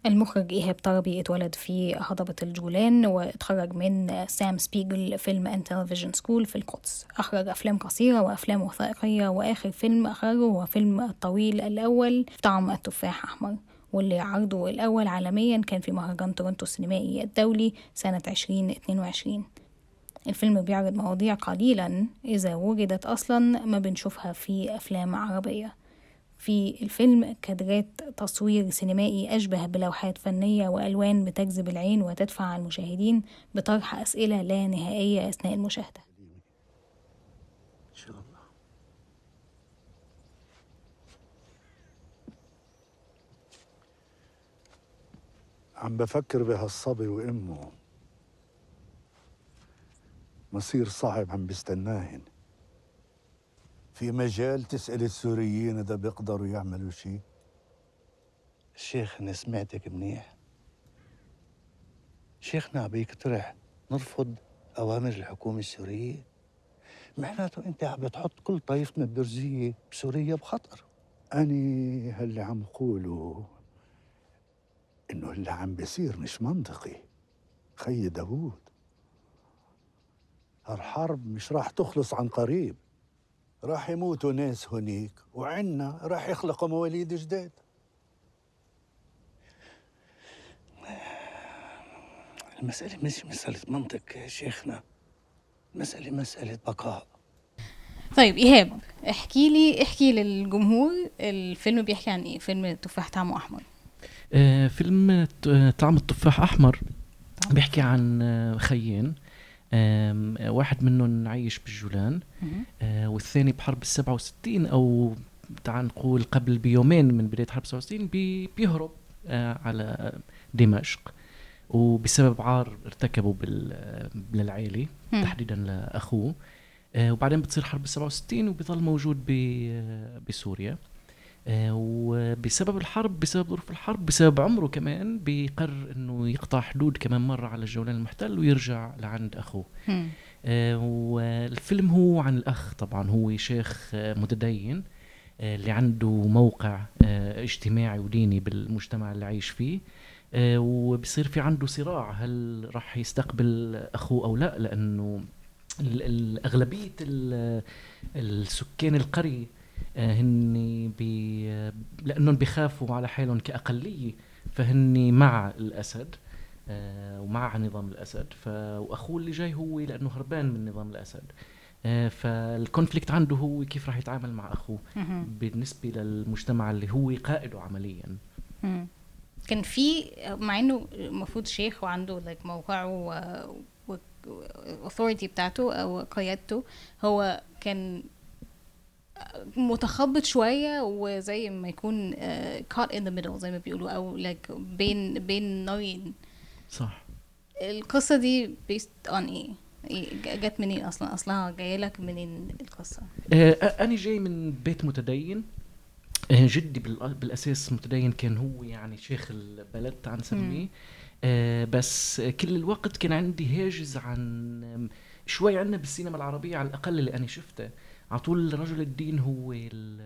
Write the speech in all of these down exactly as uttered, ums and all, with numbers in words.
المخرج إيهاب طربي اتولد في هضبة الجولان، واتخرج من سام سبيجل فيلم أند تلفزيون سكول في القدس. أخرج أفلام قصيرة وأفلام وثائقية، وآخر فيلم أخرجه هو فيلم الطويل الأول طعم التفاح أحمر، واللي عرضه الأول عالميا كان في مهرجان تورنتو السينمائي الدولي سنة عشرين اتنين وعشرين. الفيلم بيعرض مواضيع قليلا إذا وجدت أصلا ما بنشوفها في أفلام عربية. في الفيلم كادرات تصوير سينمائي أشبه بلوحات فنية وألوان بتجذب العين وتدفع المشاهدين بطرح أسئلة لا نهائية أثناء المشاهدة. إن شاء الله. عم بفكر بهالصبي وإمه، مصير صعب عم بستناهن. في مجال تسأل السوريين إذا بيقدروا يعملوا شيء؟ الشيخ أنا سمعتك منيح. شيخنا بيقترح نرفض أوامر الحكومة السورية، معناته أنت عم بتحط كل طائفتنا الدرزية بسوريا بخطر. أني هاللي عم قوله إنه اللي عم بيصير مش منطقي. خي داوود، هالحرب مش راح تخلص عن قريب، راح يموتوا ناس هنيك وعنا راح يخلقوا مواليد جداد. المسألة مش مسألة منطق يا شيخنا، مسألة مسألة بقاء. طيب إيهاب، احكي لي احكي للجمهور الفيلم بيحكي عن ايه؟ فيلم التفاح طعمه أحمر. آه فيلم طعم التفاح أحمر بيحكي عن خيين، آه واحد منهم عايش بالجولان، آه والثاني بحرب السبعة وستين أو تعال نقول قبل بيومين من بداية حرب السبعة وستين بي بيهرب آه على دمشق، وبسبب عار ارتكبوا بالعائلة تحديدا لأخوه، آه وبعدين بتصير حرب السبعة وستين وبيظل موجود بسوريا، آه وبسبب الحرب بسبب ظروف الحرب بسبب عمره كمان بيقرر انه يقطع حدود كمان مرة على الجولان المحتل ويرجع لعند اخوه. آه والفيلم هو عن الاخ، طبعا هو شيخ آه متدين آه اللي عنده موقع آه اجتماعي وديني بالمجتمع اللي عايش فيه، آه وبصير في عنده صراع هل راح يستقبل اخوه او لا، لانه الاغلبية السكان القرية هني بي لأنهم بيخافوا على حالهم كأقلية، فهني مع الأسد آه ومع نظام الأسد، وأخوه اللي جاي هو لأنه هربان من نظام الأسد، آه فالكونفليكت عنده هو كيف راح يتعامل مع أخوه بالنسبة للمجتمع اللي هو قائده عمليا. كان في مع إنه المفروض شيخ وعنده like موقعه و authority بتاعته أو قيادته، هو كان متخبط شوية وزي ما يكون uh, caught in the middle زي ما بيقولوا، أو like بين بين نارين. صح. القصة دي based on إيه؟ جت منين أصلا؟ أصلها جاية لك منين القصة؟ آه أنا جاي من بيت متدين، آه جدي بالأساس متدين، كان هو يعني شيخ البلد تعال نسميه، آه بس كل الوقت كان عندي هاجس عن شوي عنا بالسينما العربية على الأقل اللي أنا شفته عطول رجل الدين هو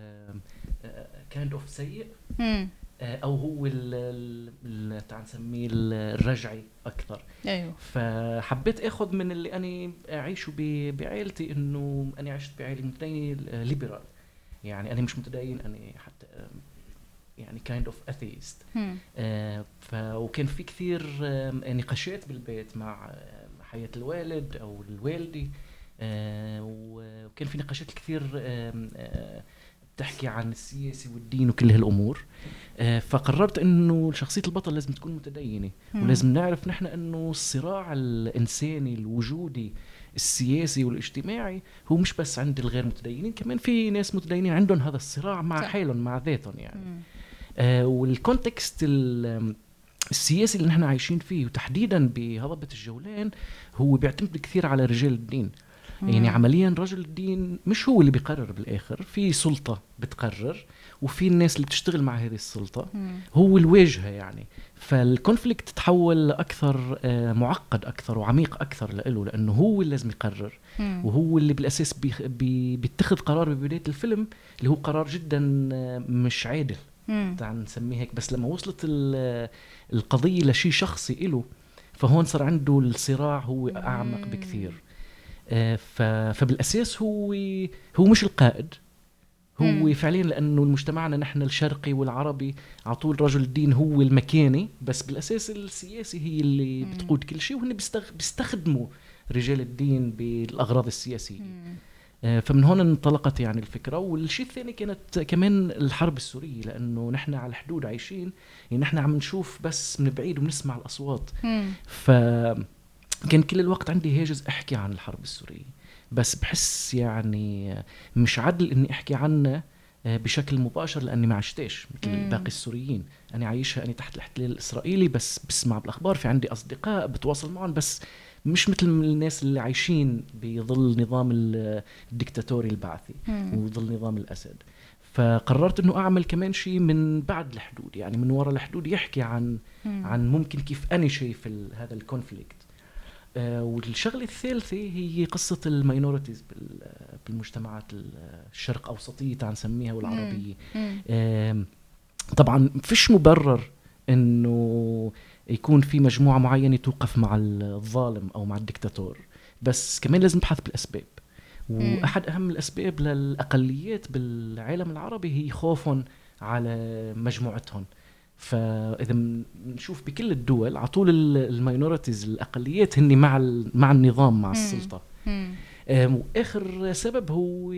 كاند اوف سيء او هو ال تعال نسميه الرجعي اكثر. ايوه. فحبيت اخذ من اللي انا اعيشه بعائلتي، انه انا عشت بعائله متدينه ليبرال، يعني انا مش متدين، انا حتى يعني كايند اوف اثيست. وكان في كثير نقاشات بالبيت مع حياة الوالد او الوالدي، آه وكان في نقاشات كثير آه آه بتحكي عن السياسة والدين وكل هالأمور، آه فقررت أنه شخصية البطل لازم تكون متدينة، ولازم نعرف نحن أنه الصراع الإنساني الوجودي السياسي والاجتماعي هو مش بس عند الغير متدينين، كمان في ناس متدينين عندهم هذا الصراع مع حالهم مع ذاتهم يعني. آه والكونتكست السياسي اللي نحن عايشين فيه وتحديدا بهضبة الجولان هو بيعتمد كثير على رجال الدين. مم. يعني عمليا رجل الدين مش هو اللي بيقرر بالآخر، في سلطة بتقرر وفي الناس اللي بتشتغل مع هذه السلطة، مم. هو الواجهة يعني. فالكونفليكت تحول أكثر معقد أكثر وعميق أكثر لإله، لأنه هو اللي لازم يقرر، مم. وهو اللي بالأساس بي بي بيتخذ قرار ببداية الفيلم اللي هو قرار جدا مش عادل. تعال نسميه هيك. بس لما وصلت القضية لشيء شخصي إله، فهون صار عنده الصراع هو أعمق بكثير. فبالأساس هو هو مش القائد، هو مم. فعليا لأنه المجتمعنا نحن الشرقي والعربي عطول رجل الدين هو المكاني، بس بالأساس السياسي هي اللي مم. بتقود كل شيء، وهن بيستخ... بيستخدموا رجال الدين بالأغراض السياسية. آه فمن هون انطلقت يعني الفكرة. والشيء الثاني كانت كمان الحرب السورية، لأنه نحن على الحدود عايشين، يعني نحن عم نشوف بس من بعيد وبنسمع الأصوات. فكان كل الوقت عندي هاجس أحكي عن الحرب السورية، بس بحس يعني مش عدل اني احكي عنها بشكل مباشر لاني ما عشتش مثل مم. باقي السوريين. انا عايشها اني تحت الاحتلال الاسرائيلي، بس بسمع بالاخبار، في عندي اصدقاء بتواصل معهم، بس مش مثل الناس اللي عايشين بظل نظام الدكتاتوري البعثي وظل نظام الاسد. فقررت انه اعمل كمان شيء من بعد الحدود، يعني من وراء الحدود، يحكي عن مم. عن ممكن كيف انا شايف هذا الكونفليكت. آه والشغله الثالثه هي قصه الماينورتيز بالمجتمعات الشرق اوسطيه تعال نسميها والعربيه. آه طبعا فيش مبرر انه يكون في مجموعه معينه توقف مع الظالم او مع الدكتاتور، بس كمان لازم نبحث بالاسباب. واحد اهم الاسباب للاقليات بالعالم العربي هي خوفهم على مجموعتهم. فاذا نشوف بكل الدول عطول الماينورتيز الاقليات هن مع مع النظام مع السلطه. واخر سبب هو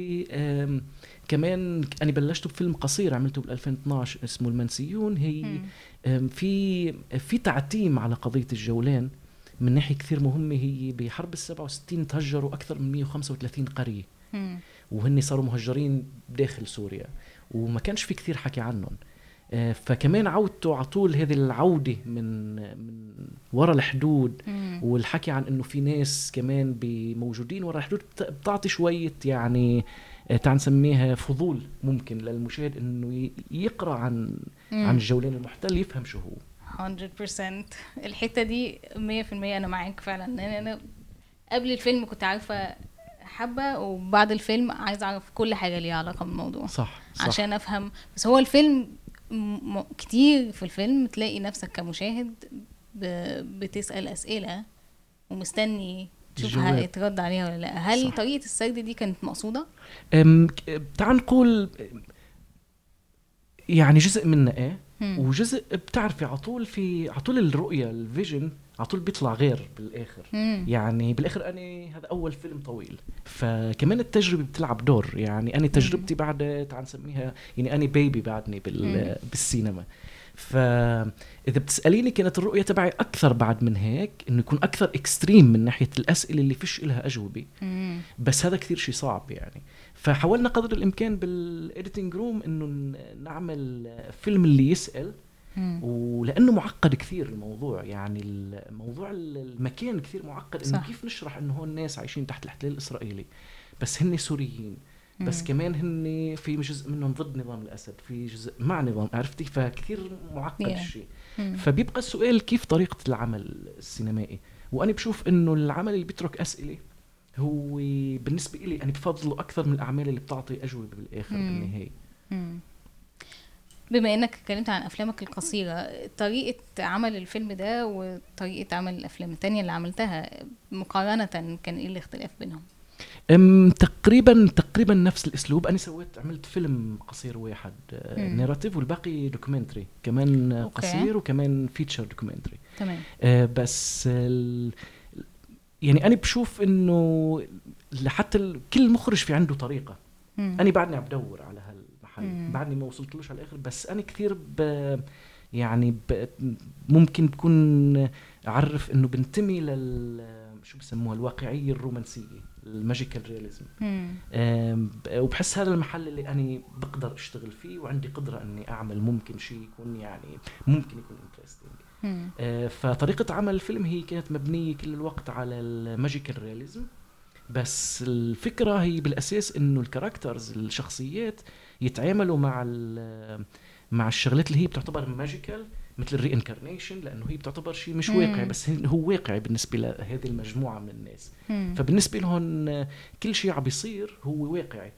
كمان انا بلشت بفيلم قصير عملته بال ألفين واثناشر اسمه المنسيون. هي في في تعتيم على قضيه الجولان من ناحيه كثير مهمه. هي بحرب السبعة وستين تهجروا اكثر من مية وخمسة وثلاثين قريه، وهن صاروا مهجرين داخل سوريا وما كانش في كثير حكي عنهم. فكمان عودته عطول هذه العودة من من وراء الحدود مم. والحكي عن انه في ناس كمان بموجودين وراء الحدود بتعطي شوية يعني تعال نسميها فضول ممكن للمشاهد انه يقرأ عن مم. عن الجولان المحتل، يفهم شو هو. مية بالمية الحتة دي مية بالمية انا معاك فعلا. انا قبل الفيلم كنت عارفة حبة، وبعد الفيلم عايز اعرف كل حاجة ليها علاقة بالموضوع. صح, صح عشان افهم. بس هو الفيلم م- كتير في الفيلم تلاقي نفسك كمشاهد ب- بتسأل أسئلة ومستني تشوفها يترد عليها ولا لا. هل صح. طريقة السرد دي كانت مقصودة؟ تعال نقول يعني جزء منها ايه مم. وجزء بتعرفي عطول في عطول الرؤية الفيجن عطول بيطلع غير بالاخر. مم. يعني بالاخر انا هذا اول فيلم طويل، فكمان التجربه بتلعب دور. يعني انا تجربتي بعد تعال نسميها يعني انا بيبي بعدني بال بالسينما. فاذا بتساليني كانت الرؤيه تبعي اكثر بعد من هيك، انه يكون اكثر اكستريم من ناحيه الاسئله اللي فيش لها اجوبه. مم. بس هذا كثير شيء صعب يعني. فحاولنا قدر الامكان بالإيديتنج روم انه نعمل فيلم اللي يسال. مم. ولانه معقد كثير الموضوع، يعني الموضوع المكان كثير معقد، انه كيف نشرح انه هون الناس عايشين تحت الاحتلال الاسرائيلي بس هن سوريين. مم. بس كمان هن في جزء منهم ضد نظام الاسد، في جزء مع نظام، عرفتي؟ فكثير معقد yeah. الشيء. مم. فبيبقى السؤال كيف طريقة العمل السينمائي. وانا بشوف انه العمل اللي بيترك اسئلة هو بالنسبة لي انا بفضله اكثر من الاعمال اللي بتعطي اجوبة بالاخر. مم. بالنهاية مم. بما انك اتكلمت عن افلامك القصيرة، طريقة عمل الفيلم ده وطريقة عمل الافلام التانية اللي عملتها مقارنة كان ايه الاختلاف بينهم؟ أم تقريبا تقريبا نفس الاسلوب. انا سويت عملت فيلم قصير واحد ناراتيف والباقي دوكيومنتري كمان. أوكي. قصير وكمان فيتشر دوكيومنتري. تمام. آه بس يعني انا بشوف انه حتى كل مخرج في عنده طريقة. مم. انا بعدني عم بدور على هالمحل. مم. بعدني ما وصلتلوش على الاخر، بس انا كثير ب يعني ب ممكن بكون اعرف انه بنتمي لل شو بسموها الواقعية الرومانسية، الماجيكال رياليزم. وبحس هذا المحل اللي أنا بقدر أشتغل فيه وعندي قدرة أني أعمل ممكن شيء يكون يعني ممكن يكون انترستينج. آه فطريقة عمل الفيلم هي كانت مبنية كل الوقت على الماجيكال رياليزم، بس الفكرة هي بالأساس إنه الكاركترز الشخصيات يتعاملوا مع مع الشغلات اللي هي بتعتبر ماجيكال، مثل الرينكارنيشن، لأنه هي بتعتبر شيء مش مم. واقعي، بس هو واقعي بالنسبة لهذه المجموعة من الناس. مم. فبالنسبة لهم كل شيء عم بيصير هو واقعي.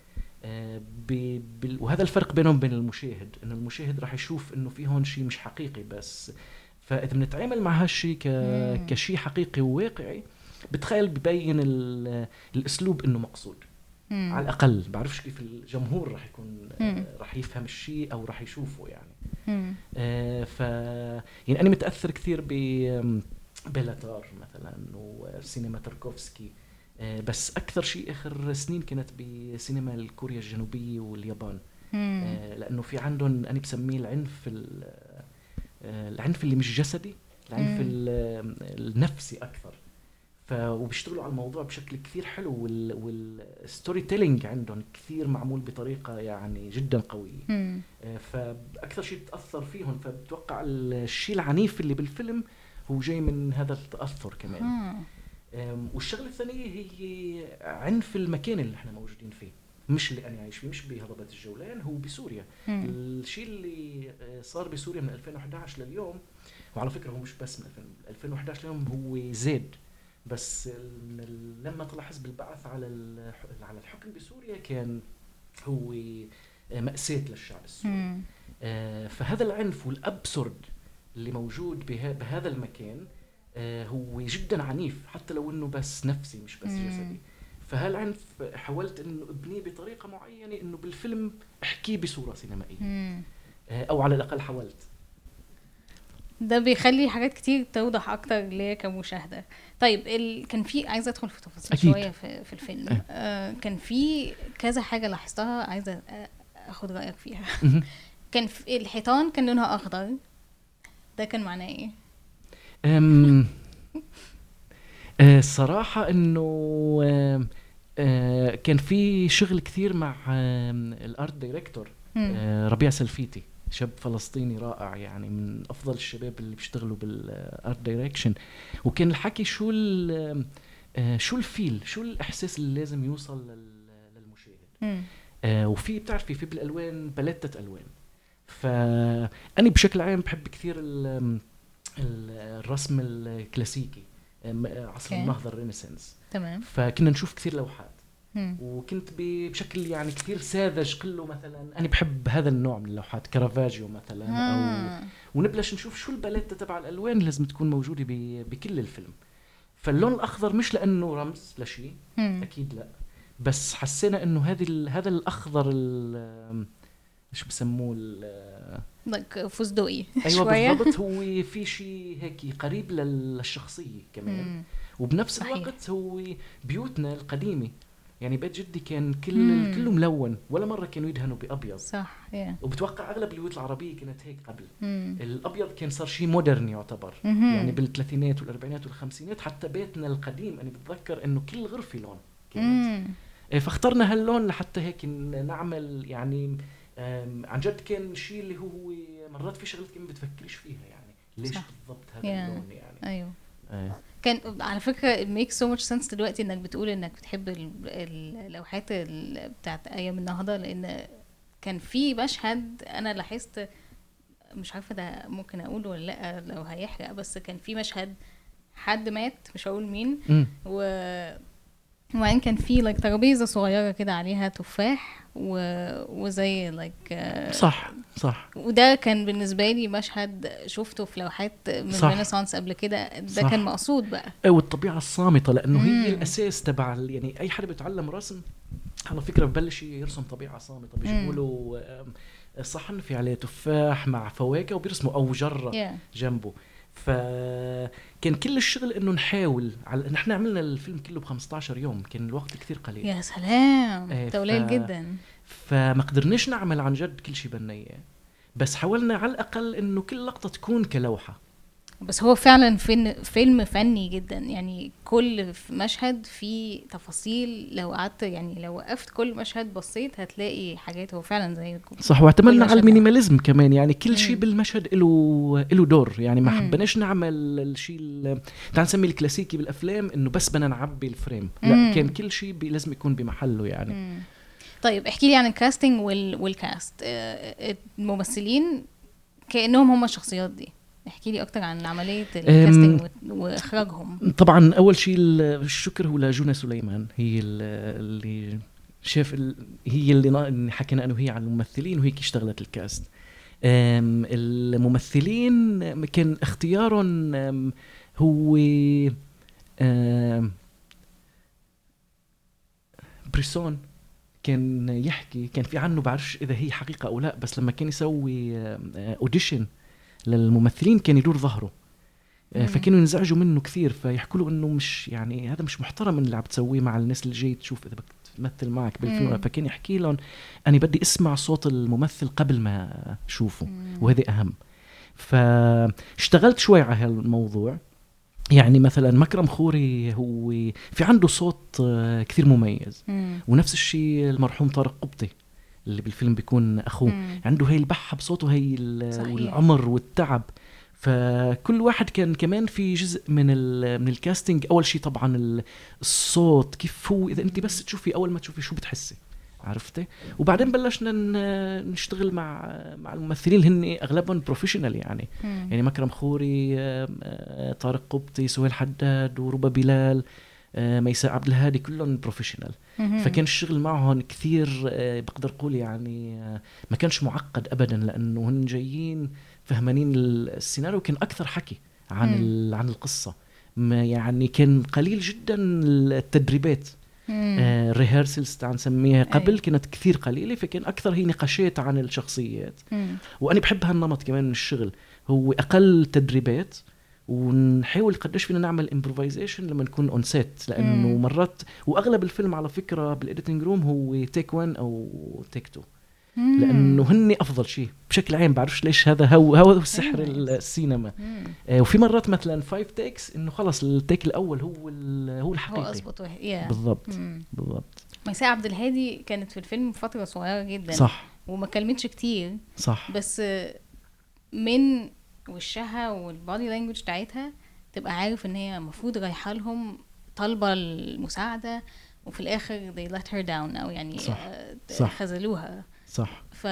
آه ب... ب... وهذا الفرق بينهم بين المشاهد، انه المشاهد راح يشوف انه في هون شيء مش حقيقي بس، فاذا بنتعامل مع هالشيء ك... كشيء حقيقي وواقعي بتخيل ببين ال... الاسلوب انه مقصود. مم. على الاقل بعرفش كيف الجمهور راح يكون آه راح يفهم الشيء او راح يشوفه يعني. آه ف يعني انا متاثر كثير ب بيلاتار مثلا وسينما تاركوفسكي، آه بس اكثر شيء اخر سنين كانت بسينما الكوريا الجنوبيه واليابان. آه لانه في عندهم انا بسميه العنف آه العنف اللي مش جسدي، العنف النفسي اكثر، وبيشتغلوا على الموضوع بشكل كثير حلو، والستوري تيلينج عندهم كثير معمول بطريقة يعني جدا قوية. آه فأكثر شيء تأثر فيهم، فبتوقع الشيء العنيف اللي بالفيلم هو جاي من هذا التأثر كمان. والشغلة الثانية هي عنف المكان اللي احنا موجودين فيه، مش اللي أنا عايش فيه، مش بهضبة الجولان، هو بسوريا. مم. الشيء اللي صار بسوريا من ألفين وإحدى عشر لليوم، وعلى فكرة هو مش بس من ألفين وإحدى عشر لليوم، هو زاد، بس لما طلع حزب البعث على على الحكم بسوريا كان هو مأساة للشعب السوري. آه فهذا العنف والأبسورد اللي موجود به بهذا المكان آه هو جدا عنيف، حتى لو انه بس نفسي مش بس مم. جسدي. فهالعنف حاولت انه ابنيه بطريقه معينه، انه بالفيلم احكيه بصوره سينمائيه، آه او على الاقل حاولت. ده بيخلي حاجات كتير توضح اكتر ليا كمشاهده. طيب ال... كان في عايزه ادخل في تفاصيل شويه في, في الفيلم. أه. آه كان في كذا حاجه لاحظتها عايزه اخد رايك فيها. كان في الحيطان كان لونها اخضر، ده كان معناه ايه؟ امم الصراحه انه آه آه كان في شغل كثير مع آه الارت دايركتور آه ربيع سلفيتي، شاب فلسطيني رائع يعني، من افضل الشباب اللي بيشتغلوا بالارت دايركشن. وكان الحكي شو شو الفيل، شو الاحساس اللي لازم يوصل للمشاهد. آه وفي بتعرفي في بالالوان باليتة الوان، فاني بشكل عام بحب كثير الرسم الكلاسيكي، عصر النهضه الرينيسانس. تمام. فكنا نشوف كثير لوحات، مم. وكنت بشكل يعني كثير ساذج كله. مثلا انا بحب هذا النوع من اللوحات، كارافاجيو مثلا، آه. او ونبلش نشوف شو الباليتة تبع الالوان اللي لازم تكون موجوده بكل الفيلم. فاللون الاخضر مش لانه رمز لشيء، اكيد لا، بس حسينا انه هذه هذا الاخضر ايش بسموه like فستقي ايوه بالضبط، هو في شيء هيك قريب للشخصيه كمان. مم. وبنفس صحيح. الوقت هو بيوتنا القديمه يعني، بيت جدي كان كل مم. كله ملون، ولا مره كانوا يدهنوا بابيض. صح yeah. وبتوقع اغلب البيوت العربيه كانت هيك قبل. مم. الابيض كان صار شيء مودرن يعتبر. مم. يعني بالثلاثينات والاربعينات والخمسينات، حتى بيتنا القديم انا بتذكر انه كل غرفه لون كانت. فاخترنا هاللون لحتى هيك نعمل يعني عن جد كان شيء اللي هو مرات في شغلات كمان بتفكرش فيها يعني ليش صح. بالضبط هذا yeah. اللون يعني. ايوه آه. كان على فكره it makes so much sense دلوقتي انك بتقول انك بتحب اللوحات بتاعت ايام النهضه، لان كان في مشهد انا لاحظت، مش عارفه ده ممكن اقوله ولا لا لو هيحرق، بس كان في مشهد حد مات مش هقول مين م. و وبعدين كان في like ترابيزه صغيره كده عليها تفاح و... وزي like uh... صح صح وده كان بالنسبه لي مشهد شفته في لوحات من الرينيسانس قبل كده، ده صح. كان مقصود بقى والطبيعه الصامته، لانه مم. هي الاساس تبع يعني اي حد بيتعلم رسم على فكره ببلش يرسم طبيعه صامته، بيجيبوا صحن في عليه تفاح مع فواكه وبيرسموا او جره yeah. جنبه. فكان كل الشغل انه نحاول على نحن عملنا الفيلم كله ب خمستاشر يوم، كان الوقت كثير قليل. يا سلام آه قليل ف... جدا. فما قدرناش نعمل عن جد كل شيء بدنا اياه، بس حاولنا على الاقل انه كل لقطه تكون كلوحه. بس هو فعلا فيلم فني جدا يعني، كل مشهد فيه تفاصيل، لو قعدت يعني لو وقفت كل مشهد بصيت هتلاقي حاجات، هو فعلا زي صح. واعتمدنا على المينيماليزم كمان يعني، كل شيء بالمشهد له له دور يعني، ما حبناش نعمل الشيء تعال نسمي الكلاسيكي بالافلام انه بس بدنا نعبي الفريم، لا مم. كان كل شيء لازم يكون بمحله يعني. مم. طيب احكي لي عن الكاستنج وال والكاست، الممثلين كأنهم هم الشخصيات دي، احكي لي اكتر عن عمليه الكاستنج واخراجهم. طبعا اول شيء الشكر هو لجنى سليمان، هي اللي شاف ال... هي اللي نا... حكينا انه هي عن الممثلين وهيك اشتغلت الكاست. أم الممثلين كان اختيارهم أم هو أم بريسون كان يحكي، كان في عنه بعرفش اذا هي حقيقه او لا، بس لما كان يسوي اوديشن للممثلين كان يدور ظهره، فكانوا ينزعجوا منه كثير، فيحكوا له انه مش يعني هذا مش محترم اللي عم تسويه مع الناس اللي جاي تشوف اذا بدك تمثل معك بالفيلم. فكان يحكي لهم انا بدي اسمع صوت الممثل قبل ما اشوفه، وهذا اهم. فاشتغلت شوي على هالموضوع. يعني مثلا مكرم خوري هو في عنده صوت كثير مميز، مم. ونفس الشيء المرحوم طارق قبطي اللي بالفيلم بيكون اخوه، مم. عنده هاي البحة بصوته، هاي والعمر والتعب. فكل واحد كان كمان في جزء من من الكاستنج. اول شيء طبعا الصوت كيف هو، اذا انت بس تشوفي اول ما تشوفي شو بتحسي، عرفتي؟ وبعدين بلشنا نشتغل مع مع الممثلين اللي هن اغلبهم بروفيشنال يعني. مم. يعني مكرم خوري، طارق قبطي، سهيل حداد، وربا بلال، ميساء عبد الهادي، كلهم بروفيشنال. فكان الشغل معهم كثير بقدر اقول يعني ما كانش معقد ابدا، لانه هن جايين فهمانين السيناريو. كان اكثر حكي عن عن القصه، ما يعني كان قليل جدا التدريبات، الريهرسلز آه نسميها قبل، أي. كانت كثير قليله، فكان اكثر هي نقاشات عن الشخصيات. مم. وانا بحب هالنمط كمان من الشغل، هو اقل تدريبات، ونحاول قديش فينا نعمل امبروفايزيشن لما نكون اون سيت، لانه مم. مرات واغلب الفيلم على فكره بالايديتنج روم هو تيك واحد او تيك تو، لانه هن افضل شيء بشكل عام. بعرفش ليش، هذا هو هو سحر السينما. آه وفي مرات مثلا فايف تيكس انه خلص التيك الاول هو هو الحقيقي، هو اضبط yeah. بالضبط. بالضبط. ميساء عبد الهادي كانت في الفيلم فتره صغيره جدا، صح، وما كلمتش كتير، صح، بس من وشها والبادي لانجويج بتاعتها تبقى عارف ان هي المفروض رايحه لهم طالبه المساعده، وفي الاخر they let her down، او يعني صح. صح. خذلوها. صح. ف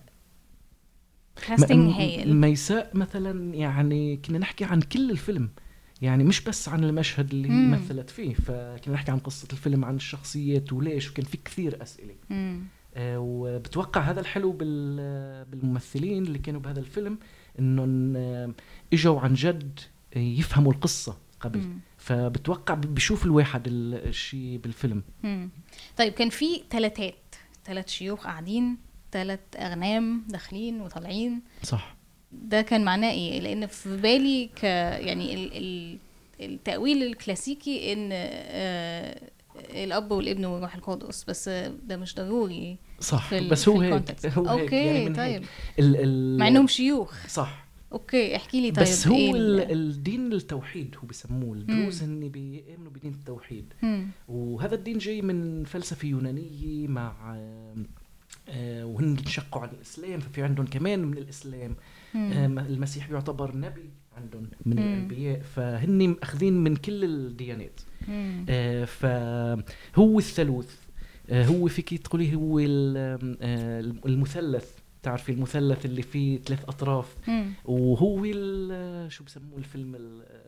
كاستنج هايل. ميساء مثلا يعني كنا نحكي عن كل الفيلم، يعني مش بس عن المشهد اللي مم. مثلت فيه، فكنا نحكي عن قصة الفيلم، عن الشخصيات وليش، وكان في كثير أسئلة. آه وبتوقع هذا الحلو بالممثلين اللي كانوا بهذا الفيلم، إنهم إجوا عن جد يفهموا القصة قبل. مم. فبتوقع بشوف الواحد الشيء بالفيلم. مم. طيب كان في ثلاثات ثلاث شيوخ قاعدين، ثلاث أغنام داخلين وطالعين، صح. ده كان معناه إيه؟ لأن في بالي ك يعني ال ال التأويل الكلاسيكي إن آه الأب والابن والروح القدس، بس ده مش ضروري. صح، بس هو هيك. هو أوكي يعني طيب. ال ال مع إنهم شيوخ. صح. اوكي احكي لي. طيب بس هو إيه الدين التوحيد هو بيسموه الدروز، هن بيؤمنوا بدين التوحيد. مم. وهذا الدين جاي من فلسفه يونانيه مع آه وهن انشقوا عن الاسلام، ففي عندهم كمان من الاسلام. آه المسيح بيعتبر نبي عندهم من مم. الانبياء، فهن اخذين من كل الديانات. آه فهو الثالوث. آه هو فيك تقولي هو المثلث، تعرفي المثلث اللي فيه ثلاث أطراف. مم. وهو شو بسموه الفيلم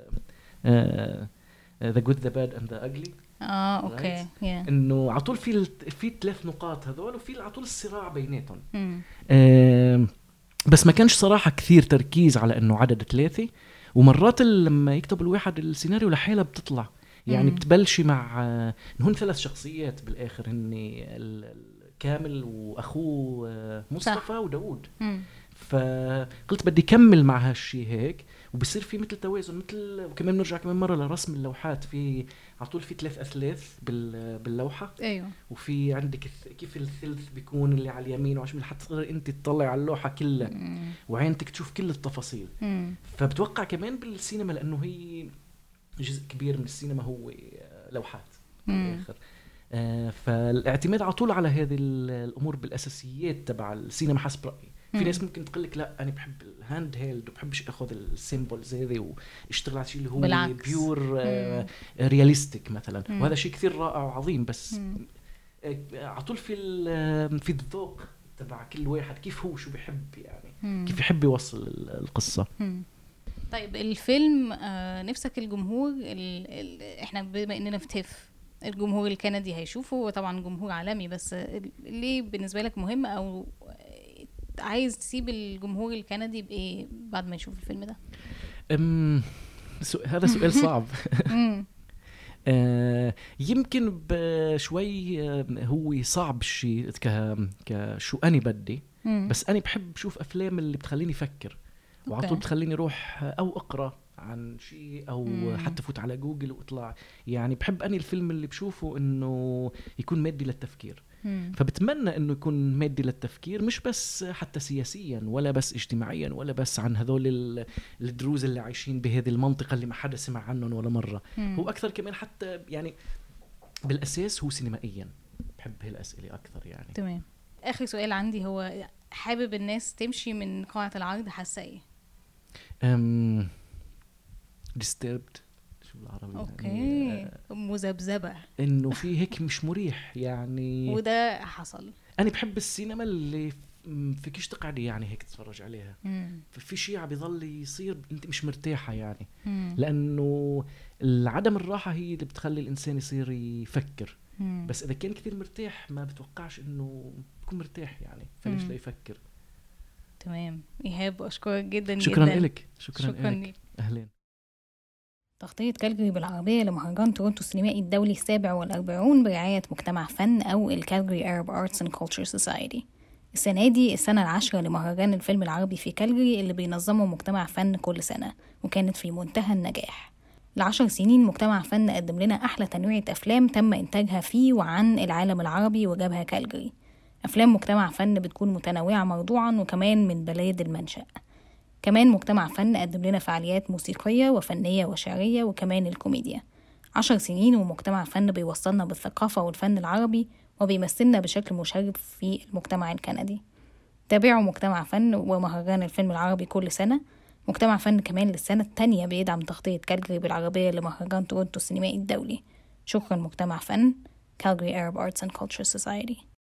The Good, The Bad and The Ugly. آه أوكي. right? yeah. إنه عطول في في ثلاث نقاط هذول، وفي عطول الصراع بيناتهم. آه بس ما كانش صراحة كثير تركيز على إنه عدد ثلاثة، ومرات لما يكتب الواحد السيناريو لحالة بتطلع يعني. مم. بتبلشي مع آه هون ثلاث شخصيات بالآخر، هن كامل واخوه مصطفى صح. وداود. مم. فقلت بدي كمل مع هالشي هيك، وبصير في مثل توازن، مثل وكمان نرجع كمان مره لرسم اللوحات، في على طول في ثلاث اثلاث باللوحه. ايوه. وفي عندك كيف الثلث بيكون اللي على اليمين وعشان حتقدر انت تطلع على اللوحه كلها، مم. وعينتك تشوف كل التفاصيل. مم. فبتوقع كمان بالسينما، لانه هي جزء كبير من السينما هو لوحات بالاخر. آه فالاعتماد على طول على هذه الامور بالاساسيات تبع السينما حسب رايي. في ناس ممكن تقول لك لا انا بحب الهاند هيلد وبحبش اخذ السيمبلز هذه واشتغل على شيء اللي هو بالعكس. بيور آه رياليستيك مثلا. مم. وهذا شيء كثير رائع وعظيم، بس آه على طول في في الذوق تبع كل واحد، كيف هو شو بيحب يعني. مم. كيف يحب يوصل القصه. مم. طيب الفيلم آه نفسك الجمهور ال ال احنا بما اننا في تيف الجمهور الكندي هيشوفه، وطبعا جمهور عالمي، بس ليه بالنسبة لك مهم أو عايز تسيب الجمهور الكندي بإيه بعد ما يشوف الفيلم ده؟ أم سو... هذا سؤال صعب. آه يمكن بشوي هو صعب الشيء ك... كشو أنا بدي، بس أنا بحب شوف أفلام اللي بتخليني أفكر وعطول بتخليني روح أو أقرأ عن شيء أو مم. حتى فوت على جوجل واطلع. يعني بحب أني الفيلم اللي بشوفه إنه يكون مادي للتفكير. مم. فبتمنى إنه يكون مادي للتفكير، مش بس حتى سياسيا ولا بس اجتماعيا ولا بس عن هذول الدروز اللي عايشين بهذه المنطقة اللي ما حدا سمع عنهم ولا مرة. مم. هو أكثر كمان حتى يعني بالأساس هو سينمائيا. بحب هالأسئلة أكثر يعني. تمام. آخر سؤال عندي هو حابب الناس تمشي من قاعة العرض حاسة إيه؟ أم disturbed شو بالعربي؟ اوكي يعني مذبذبة، انه في هيك مش مريح يعني. وده حصل. انا بحب السينما اللي فيكيش تقعدي يعني هيك تتفرج عليها. مم. في شيء بيضل يصير انت مش مرتاحة يعني. مم. لانه العدم الراحة هي اللي بتخلي الانسان يصير يفكر. مم. بس اذا كان كثير مرتاح ما بتوقعش انه بيكون مرتاح يعني، فليش لا يفكر. تمام. إيهاب أشكرك جدا شكرا جدا. لك. شكرا, شكرا لك. أهلين. تغطية كالجري بالعربية لمهرجان تورونتو السينمائي الدولي السابع والأربعون برعاية مجتمع فن أو الكالجري Arab Arts and Culture Society. السنة دي السنة العاشرة لمهرجان الفيلم العربي في كالجري اللي بينظمه مجتمع فن كل سنة، وكانت في منتهى النجاح. لعشر سنين مجتمع فن قدم لنا أحلى تنويعة أفلام تم إنتاجها فيه وعن العالم العربي وجابها كالجري. أفلام مجتمع فن بتكون متنوعة موضوعا وكمان من بلاد المنشأ. كمان مجتمع فن قدم لنا فعاليات موسيقية وفنية وشعرية وكمان الكوميديا. عشر سنين ومجتمع فن بيوصلنا بالثقافة والفن العربي وبيمثلنا بشكل مشرف في المجتمع الكندي. تابعوا مجتمع فن ومهرجان الفيلم العربي كل سنة. مجتمع فن كمان للسنة التانية بيدعم تغطية كالجري بالعربية لمهرجان تورونتو السينمائي الدولي. شكرا مجتمع فن. Calgary Arab Arts and Culture Society.